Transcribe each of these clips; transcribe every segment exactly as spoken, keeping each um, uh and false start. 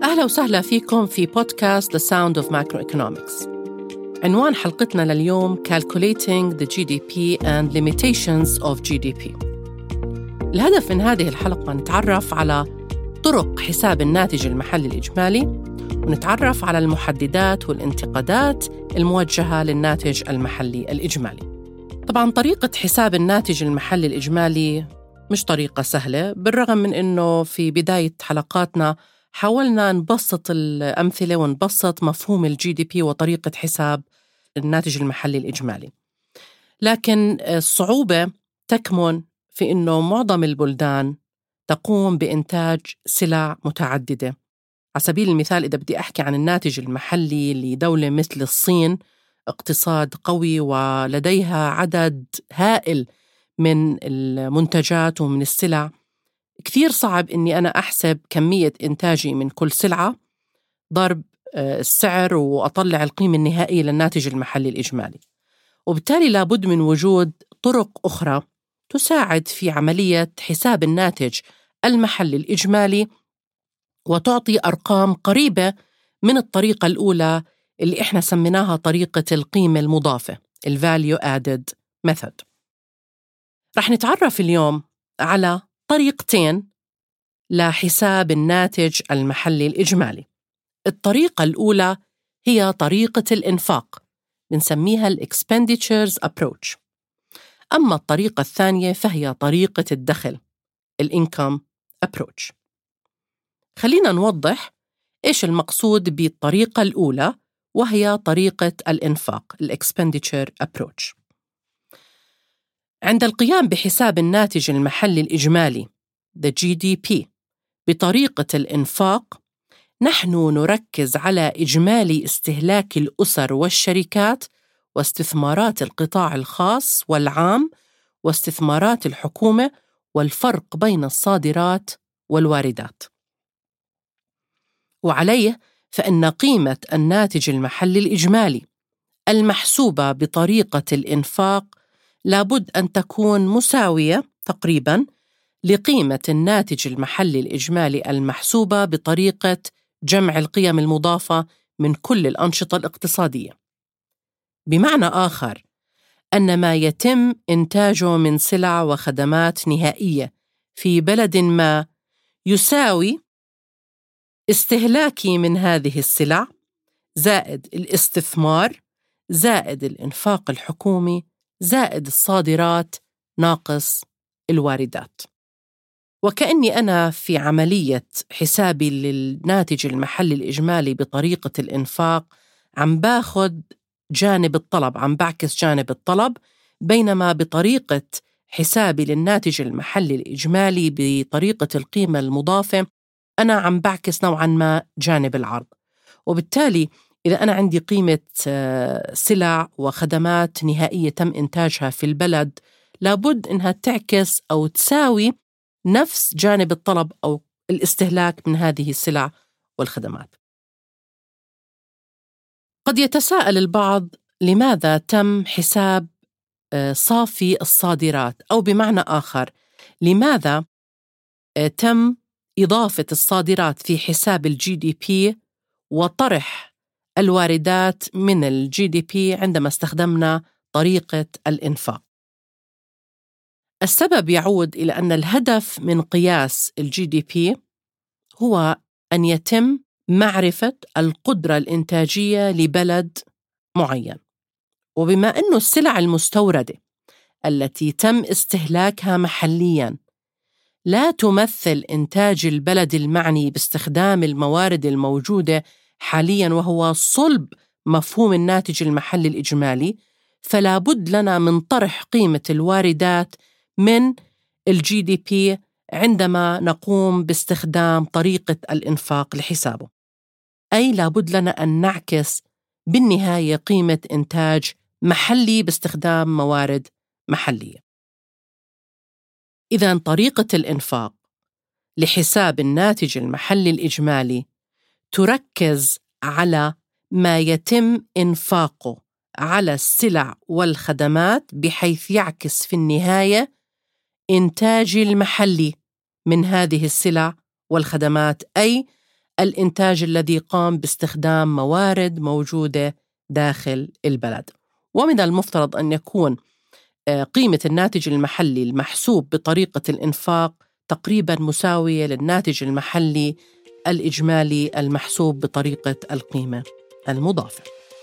أهلا وسهلا فيكم في بودكاست The Sound of Macroeconomics. عنوان حلقتنا لليوم Calculating the جي دي بي and Limitations of جي دي بي. الهدف من هذه الحلقة نتعرف على طرق حساب الناتج المحلي الإجمالي، ونتعرف على المحددات والانتقادات الموجهة للناتج المحلي الإجمالي. طبعاً طريقة حساب الناتج المحلي الإجمالي مش طريقة سهلة، بالرغم من أنه في بداية حلقاتنا حاولنا نبسط الأمثلة ونبسط مفهوم الجي دي بي وطريقة حساب الناتج المحلي الإجمالي. لكن الصعوبة تكمن في أنه معظم البلدان تقوم بإنتاج سلع متعددة. على سبيل المثال، إذا بدي أحكي عن الناتج المحلي لدولة مثل الصين، اقتصاد قوي ولديها عدد هائل من المنتجات ومن السلع، كثير صعب إني أنا أحسب كمية إنتاجي من كل سلعة ضرب السعر وأطلع القيمة النهائية للناتج المحلي الإجمالي. وبالتالي لابد من وجود طرق أخرى تساعد في عملية حساب الناتج المحلي الإجمالي وتعطي أرقام قريبة من الطريقة الأولى اللي إحنا سميناها طريقة القيمة المضافة ال Value Added Method. رح نتعرف اليوم على طريقتين لحساب الناتج المحلي الإجمالي. الطريقة الأولى هي طريقة الإنفاق، بنسميها ال Expenditures Approach. أما الطريقة الثانية فهي طريقة الدخل ال Income Approach. خلينا نوضح إيش المقصود بالطريقة الأولى، وهي طريقة الإنفاق ال Expenditure Approach. عند القيام بحساب الناتج المحلي الإجمالي the جي دي بي بطريقة الإنفاق، نحن نركز على إجمالي استهلاك الأسر والشركات واستثمارات القطاع الخاص والعام واستثمارات الحكومة والفرق بين الصادرات والواردات. وعليه فإن قيمة الناتج المحلي الإجمالي المحسوبة بطريقة الإنفاق لابد أن تكون مساوية تقريباً لقيمة الناتج المحلي الإجمالي المحسوبة بطريقة جمع القيم المضافة من كل الأنشطة الاقتصادية. بمعنى آخر، أن ما يتم إنتاجه من سلع وخدمات نهائية في بلد ما يساوي استهلاكي من هذه السلع زائد الاستثمار زائد الإنفاق الحكومي زائد الصادرات ناقص الواردات. وكأني أنا في عملية حسابي للناتج المحلي الإجمالي بطريقة الإنفاق عم باخد جانب الطلب، عم بعكس جانب الطلب، بينما بطريقة حسابي للناتج المحلي الإجمالي بطريقة القيمة المضافة أنا عم بعكس نوعاً ما جانب العرض. وبالتالي إذا أنا عندي قيمة سلع وخدمات نهائية تم إنتاجها في البلد، لابد إنها تعكس أو تساوي نفس جانب الطلب أو الاستهلاك من هذه السلع والخدمات. قد يتساءل البعض لماذا تم حساب صافي الصادرات، أو بمعنى آخر لماذا تم إضافة الصادرات في حساب الجي دي بي وطرح الواردات من الجي دي بي عندما استخدمنا طريقة الإنفاق. السبب يعود إلى أن الهدف من قياس الجي دي بي هو أن يتم معرفة القدرة الإنتاجية لبلد معين. وبما أنه السلع المستوردة التي تم استهلاكها محلياً لا تمثل إنتاج البلد المعني باستخدام الموارد الموجودة حالياً وهو صلب مفهوم الناتج المحلي الإجمالي، فلا بد لنا من طرح قيمة الواردات من الجي دي بي عندما نقوم باستخدام طريقة الإنفاق لحسابه. أي لابد لنا أن نعكس بالنهاية قيمة إنتاج محلي باستخدام موارد محلية. إذن طريقة الإنفاق لحساب الناتج المحلي الإجمالي تركز على ما يتم إنفاقه على السلع والخدمات بحيث يعكس في النهاية إنتاج المحلي من هذه السلع والخدمات، أي الإنتاج الذي قام باستخدام موارد موجودة داخل البلد. ومن المفترض أن يكون قيمة الناتج المحلي المحسوب بطريقة الإنفاق تقريباً مساوية للناتج المحلي الإجمالي المحسوب بطريقة القيمة المضافة.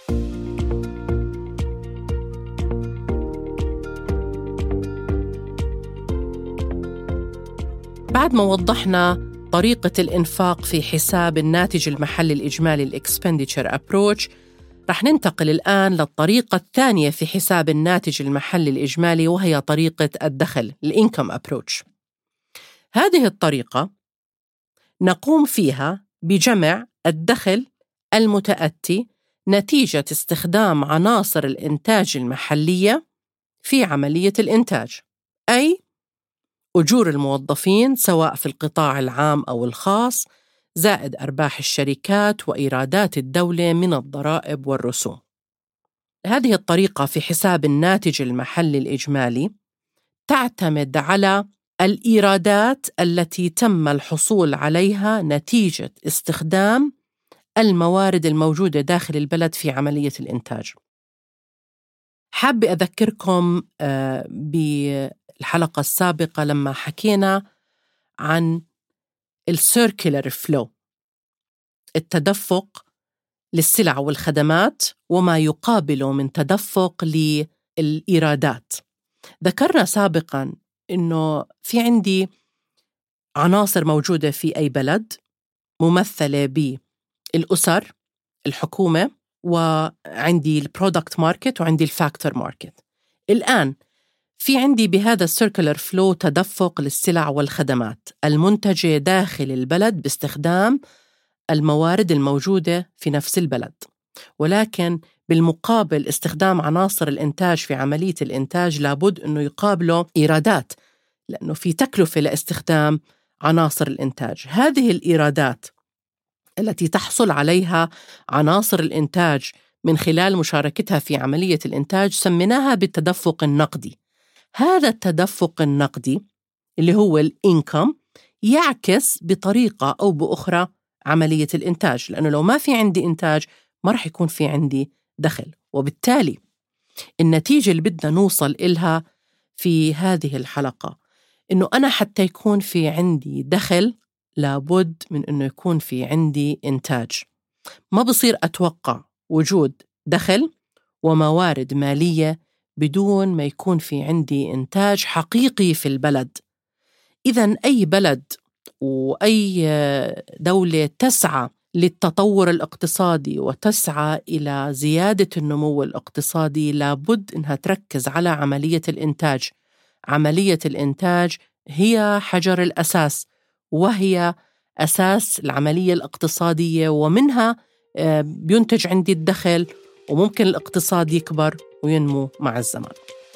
بعد ما وضحنا طريقة الإنفاق في حساب الناتج المحلي الإجمالي الإكسبنديتشر أبروتش، رح ننتقل الآن للطريقة الثانية في حساب الناتج المحلي الإجمالي، وهي طريقة الدخل الإنكم أبروتش. هذه الطريقة نقوم فيها بجمع الدخل المتأتي نتيجة استخدام عناصر الإنتاج المحلية في عملية الإنتاج، أي أجور الموظفين سواء في القطاع العام أو الخاص، زائد أرباح الشركات وإيرادات الدولة من الضرائب والرسوم. هذه الطريقة في حساب الناتج المحلي الإجمالي تعتمد على الإيرادات التي تم الحصول عليها نتيجة استخدام الموارد الموجودة داخل البلد في عملية الإنتاج. حاب أذكركم بالحلقة السابقة لما حكينا عن السيركولار فلو، التدفق للسلع والخدمات وما يقابله من تدفق للإيرادات. ذكرنا سابقاً إنه في عندي عناصر موجودة في أي بلد ممثلة بالأسر، الحكومة، وعندي البرودكت ماركت وعندي الفاكتور ماركت. الآن في عندي بهذا السيركولار فلو تدفق للسلع والخدمات المنتجة داخل البلد باستخدام الموارد الموجودة في نفس البلد، ولكن بالمقابل استخدام عناصر الإنتاج في عملية الإنتاج لابد أنه يقابله إيرادات، لأنه في تكلفة لاستخدام عناصر الإنتاج. هذه الإيرادات التي تحصل عليها عناصر الإنتاج من خلال مشاركتها في عملية الإنتاج سميناها بالتدفق النقدي. هذا التدفق النقدي اللي هو الإنكم يعكس بطريقة أو بأخرى عملية الإنتاج، لأنه لو ما في عندي إنتاج ما رح يكون في عندي دخل. وبالتالي النتيجة اللي بدنا نوصل إلها في هذه الحلقة إنه أنا حتى يكون في عندي دخل لابد من إنه يكون في عندي إنتاج. ما بصير أتوقع وجود دخل وموارد مالية بدون ما يكون في عندي إنتاج حقيقي في البلد. إذن أي بلد وأي دولة تسعى للتطور الاقتصادي وتسعى إلى زيادة النمو الاقتصادي لابد إنها تركز على عملية الإنتاج. عملية الإنتاج هي حجر الأساس وهي أساس العملية الاقتصادية، ومنها بينتج عندي الدخل وممكن الاقتصاد يكبر وينمو مع الزمن.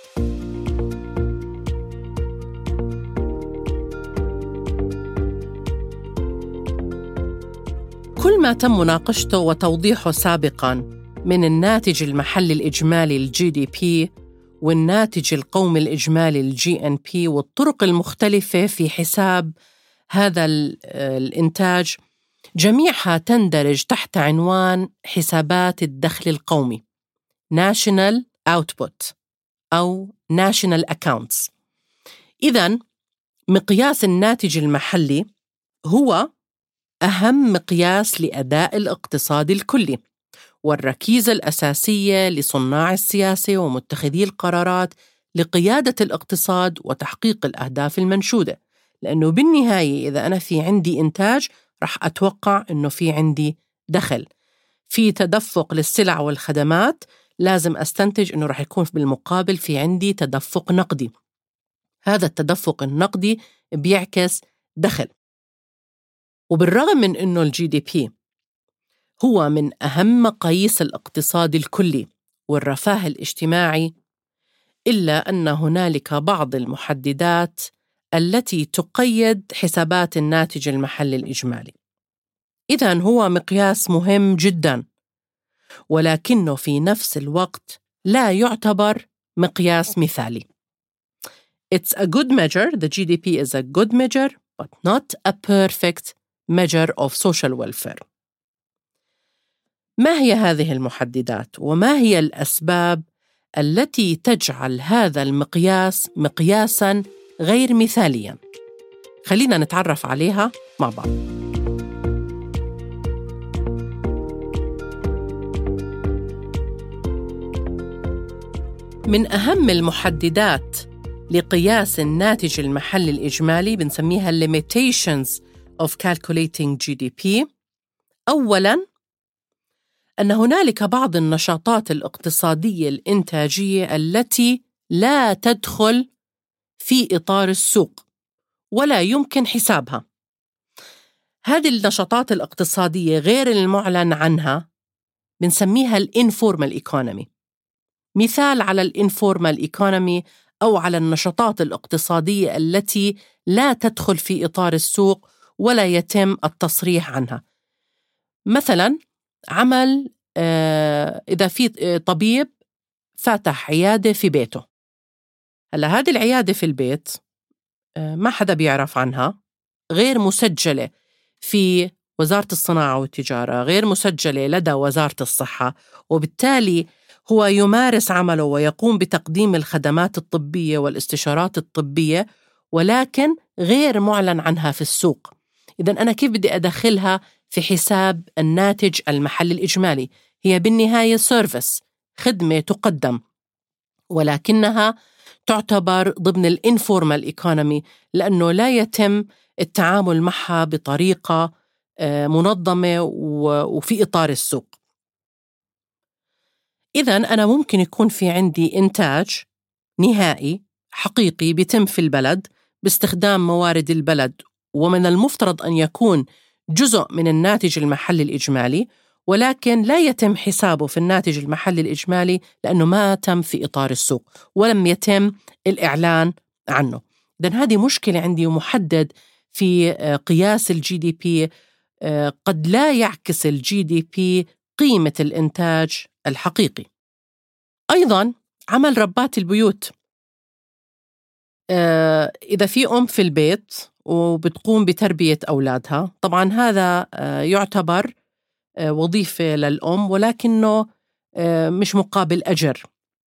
كل ما تم مناقشته وتوضيحه سابقاً من الناتج المحلي الإجمالي الجي دي بي والناتج القومي الإجمالي الجي إن بي والطرق المختلفة في حساب هذا الإنتاج، جميعها تندرج تحت عنوان حسابات الدخل القومي National Output أو National Accounts. إذن مقياس الناتج المحلي هو أهم مقياس لأداء الاقتصاد الكلي والركيزة الأساسية لصناع السياسة ومتخذي القرارات لقيادة الاقتصاد وتحقيق الأهداف المنشودة، لأنه بالنهاية إذا أنا في عندي إنتاج رح أتوقع أنه في عندي دخل. في تدفق للسلع والخدمات لازم أستنتج أنه رح يكون بالمقابل في عندي تدفق نقدي. هذا التدفق النقدي بيعكس دخل. وبالرغم من أنه الجي دي بي هو من أهم مقاييس الاقتصاد الكلي والرفاه الاجتماعي، إلا أن هنالك بعض المحددات التي تقيد حسابات الناتج المحلي الإجمالي. إذن هو مقياس مهم جداً، ولكنه في نفس الوقت لا يعتبر مقياس مثالي. It's a good measure. The جي دي بي is a good measure, but not a perfect measure of social welfare. ما هي هذه المحددات وما هي الأسباب التي تجعل هذا المقياس مقياساً غير مثالياً؟ خلينا نتعرف عليها مع بعض. من أهم المحددات لقياس الناتج المحلي الإجمالي بنسميها limitations of calculating جي دي بي. أولاً، أن هنالك بعض النشاطات الاقتصادية الإنتاجية التي لا تدخل في إطار السوق ولا يمكن حسابها. هذه النشاطات الاقتصادية غير المعلن عنها بنسميها الانفورمال ايكونومي. مثال على الانفورمال ايكونومي أو على النشاطات الاقتصادية التي لا تدخل في إطار السوق ولا يتم التصريح عنها. مثلاً عمل آه إذا في طبيب فاتح عيادة في بيته. هلا هذه العيادة في البيت آه ما حدا بيعرف عنها، غير مسجلة في وزارة الصناعة والتجارة، غير مسجلة لدى وزارة الصحة، وبالتالي هو يمارس عمله ويقوم بتقديم الخدمات الطبية والاستشارات الطبية، ولكن غير معلن عنها في السوق. إذن أنا كيف بدي أدخلها في حساب الناتج المحلي الإجمالي؟ هي بالنهاية سيرفيس، خدمة تقدم، ولكنها تعتبر ضمن الانفورمال ايكونومي لأنه لا يتم التعامل معها بطريقة منظمة وفي إطار السوق. إذن أنا ممكن يكون في عندي إنتاج نهائي حقيقي بيتم في البلد باستخدام موارد البلد، ومن المفترض أن يكون جزء من الناتج المحلي الإجمالي، ولكن لا يتم حسابه في الناتج المحلي الإجمالي لأنه ما تم في إطار السوق ولم يتم الإعلان عنه. إذن هذه مشكلة عندي ومحدد في قياس الجي دي بي. قد لا يعكس الجي دي بي قيمة الإنتاج الحقيقي. أيضاً عمل ربات البيوت. إذا في أم في البيت وبتقوم بتربية أولادها، طبعاً هذا يعتبر وظيفة للأم ولكنه مش مقابل أجر.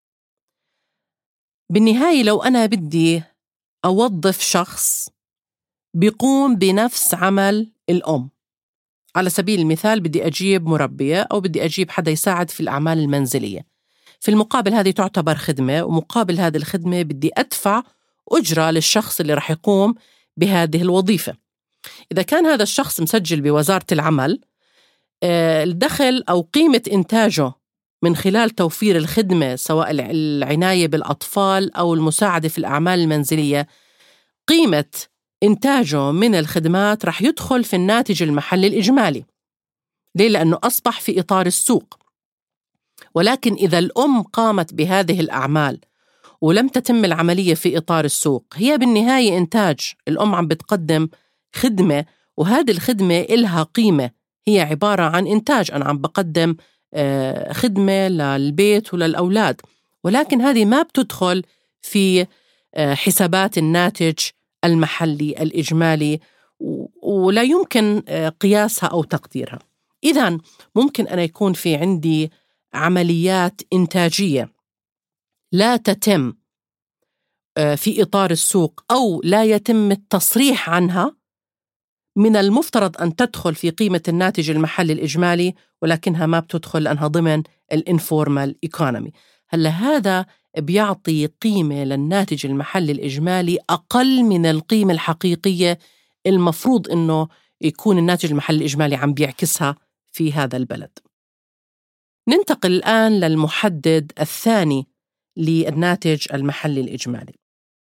بالنهاية لو أنا بدي أوظف شخص بيقوم بنفس عمل الأم، على سبيل المثال بدي أجيب مربية أو بدي أجيب حدا يساعد في الأعمال المنزلية، في المقابل هذه تعتبر خدمة، ومقابل هذه الخدمة بدي أدفع أجرة للشخص اللي رح يقوم بهذه الوظيفة. إذا كان هذا الشخص مسجل بوزارة العمل، الدخل أو قيمة إنتاجه من خلال توفير الخدمة سواء العناية بالأطفال أو المساعدة في الأعمال المنزلية، قيمة إنتاجه من الخدمات رح يدخل في الناتج المحلي الإجمالي. ليه؟ لأنه أصبح في إطار السوق. ولكن إذا الأم قامت بهذه الأعمال ولم تتم العملية في إطار السوق، هي بالنهاية إنتاج. الأم عم بتقدم خدمة، وهذه الخدمة إلها قيمة، هي عبارة عن إنتاج. أنا عم بقدم خدمة للبيت وللأولاد، ولكن هذه ما بتدخل في حسابات الناتج المحلي الإجمالي ولا يمكن قياسها أو تقديرها. إذن ممكن أن يكون في عندي عمليات إنتاجية لا تتم في إطار السوق أو لا يتم التصريح عنها، من المفترض أن تدخل في قيمة الناتج المحلي الإجمالي، ولكنها ما بتدخل لأنها ضمن الانفورمال ايكونومي. هلا هذا بيعطي قيمة للناتج المحلي الإجمالي أقل من القيمة الحقيقية المفروض أنه يكون الناتج المحلي الإجمالي عم بيعكسها في هذا البلد. ننتقل الآن للمحدد الثاني للناتج المحلي الإجمالي.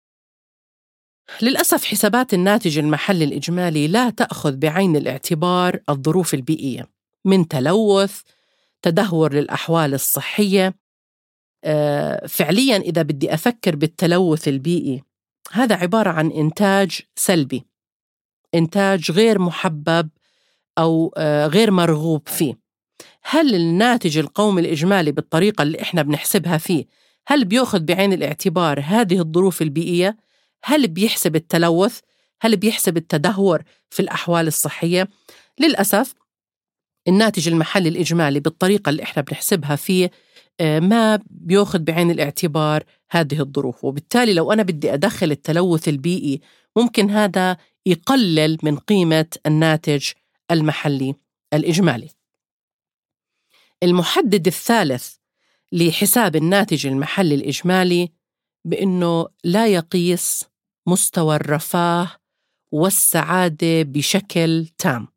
للأسف حسابات الناتج المحلي الإجمالي لا تأخذ بعين الاعتبار الظروف البيئية من تلوث، تدهور للأحوال الصحية. فعلياً إذا بدي أفكر بالتلوث البيئي، هذا عبارة عن إنتاج سلبي، إنتاج غير محبب أو غير مرغوب فيه. هل الناتج القومي الإجمالي بالطريقة اللي إحنا بنحسبها فيه، هل بيأخذ بعين الاعتبار هذه الظروف البيئية؟ هل بيحسب التلوث؟ هل بيحسب التدهور في الأحوال الصحية؟ للأسف الناتج المحلي الإجمالي بالطريقة اللي إحنا بنحسبها فيه ما بيأخذ بعين الاعتبار هذه الظروف، وبالتالي لو أنا بدي أدخل التلوث البيئي ممكن هذا يقلل من قيمة الناتج المحلي الإجمالي. المحدد الثالث لحساب الناتج المحلي الإجمالي بأنه لا يقيس مستوى الرفاه والسعادة بشكل تام.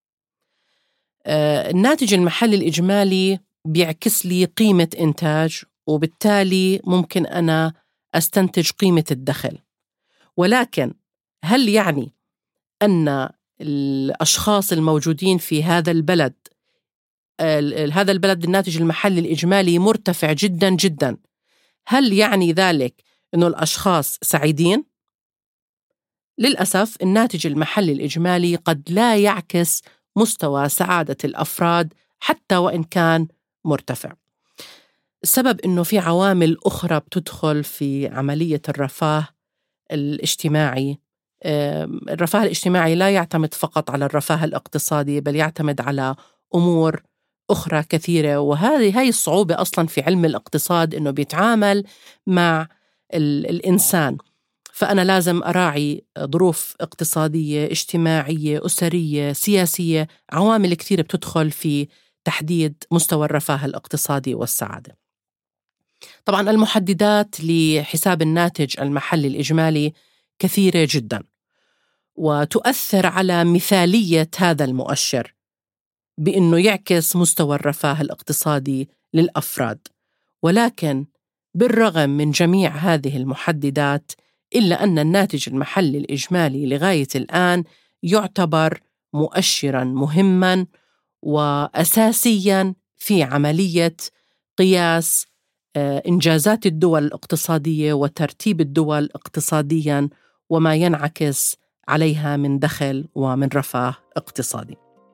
آه الناتج المحلي الإجمالي بيعكس لي قيمة إنتاج، وبالتالي ممكن أنا أستنتج قيمة الدخل، ولكن هل يعني أن الأشخاص الموجودين في هذا البلد هذا البلد الناتج المحلي الإجمالي مرتفع جدا جدا، هل يعني ذلك أنه الأشخاص سعيدين؟ للأسف الناتج المحلي الإجمالي قد لا يعكس مستوى سعادة الأفراد حتى وإن كان مرتفع. السبب أنه في عوامل أخرى بتدخل في عملية الرفاه الاجتماعي. الرفاه الاجتماعي لا يعتمد فقط على الرفاه الاقتصادي، بل يعتمد على أمور أخرى كثيرة، وهذه هاي الصعوبة أصلاً في علم الاقتصاد أنه بيتعامل مع الإنسان، فأنا لازم أراعي ظروف اقتصادية، اجتماعية، أسرية، سياسية، عوامل كثيرة بتدخل في تحديد مستوى الرفاه الاقتصادي والسعادة. طبعاً المحددات لحساب الناتج المحلي الإجمالي كثيرة جداً، وتؤثر على مثالية هذا المؤشر بأنه يعكس مستوى الرفاه الاقتصادي للأفراد. ولكن بالرغم من جميع هذه المحددات إلا أن الناتج المحلي الإجمالي لغاية الآن يعتبر مؤشراً مهماً وأساسياً في عملية قياس إنجازات الدول الاقتصادية وترتيب الدول اقتصادياً وما ينعكس عليها من دخل ومن رفاه اقتصادي.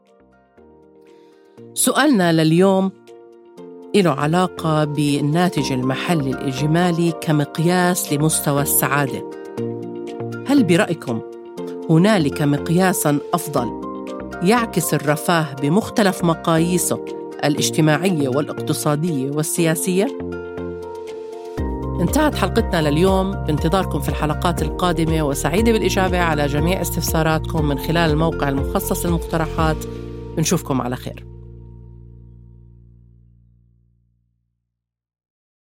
سؤالنا لليوم له علاقة بالناتج المحلي الإجمالي كمقياس لمستوى السعادة. هل برأيكم هنالك مقياساً أفضل يعكس الرفاه بمختلف مقاييسه الاجتماعية والاقتصادية والسياسية؟ انتهت حلقتنا لليوم، بانتظاركم في الحلقات القادمة، وسعيدة بالإجابة على جميع استفساراتكم من خلال الموقع المخصص للمقترحات. بنشوفكم على خير.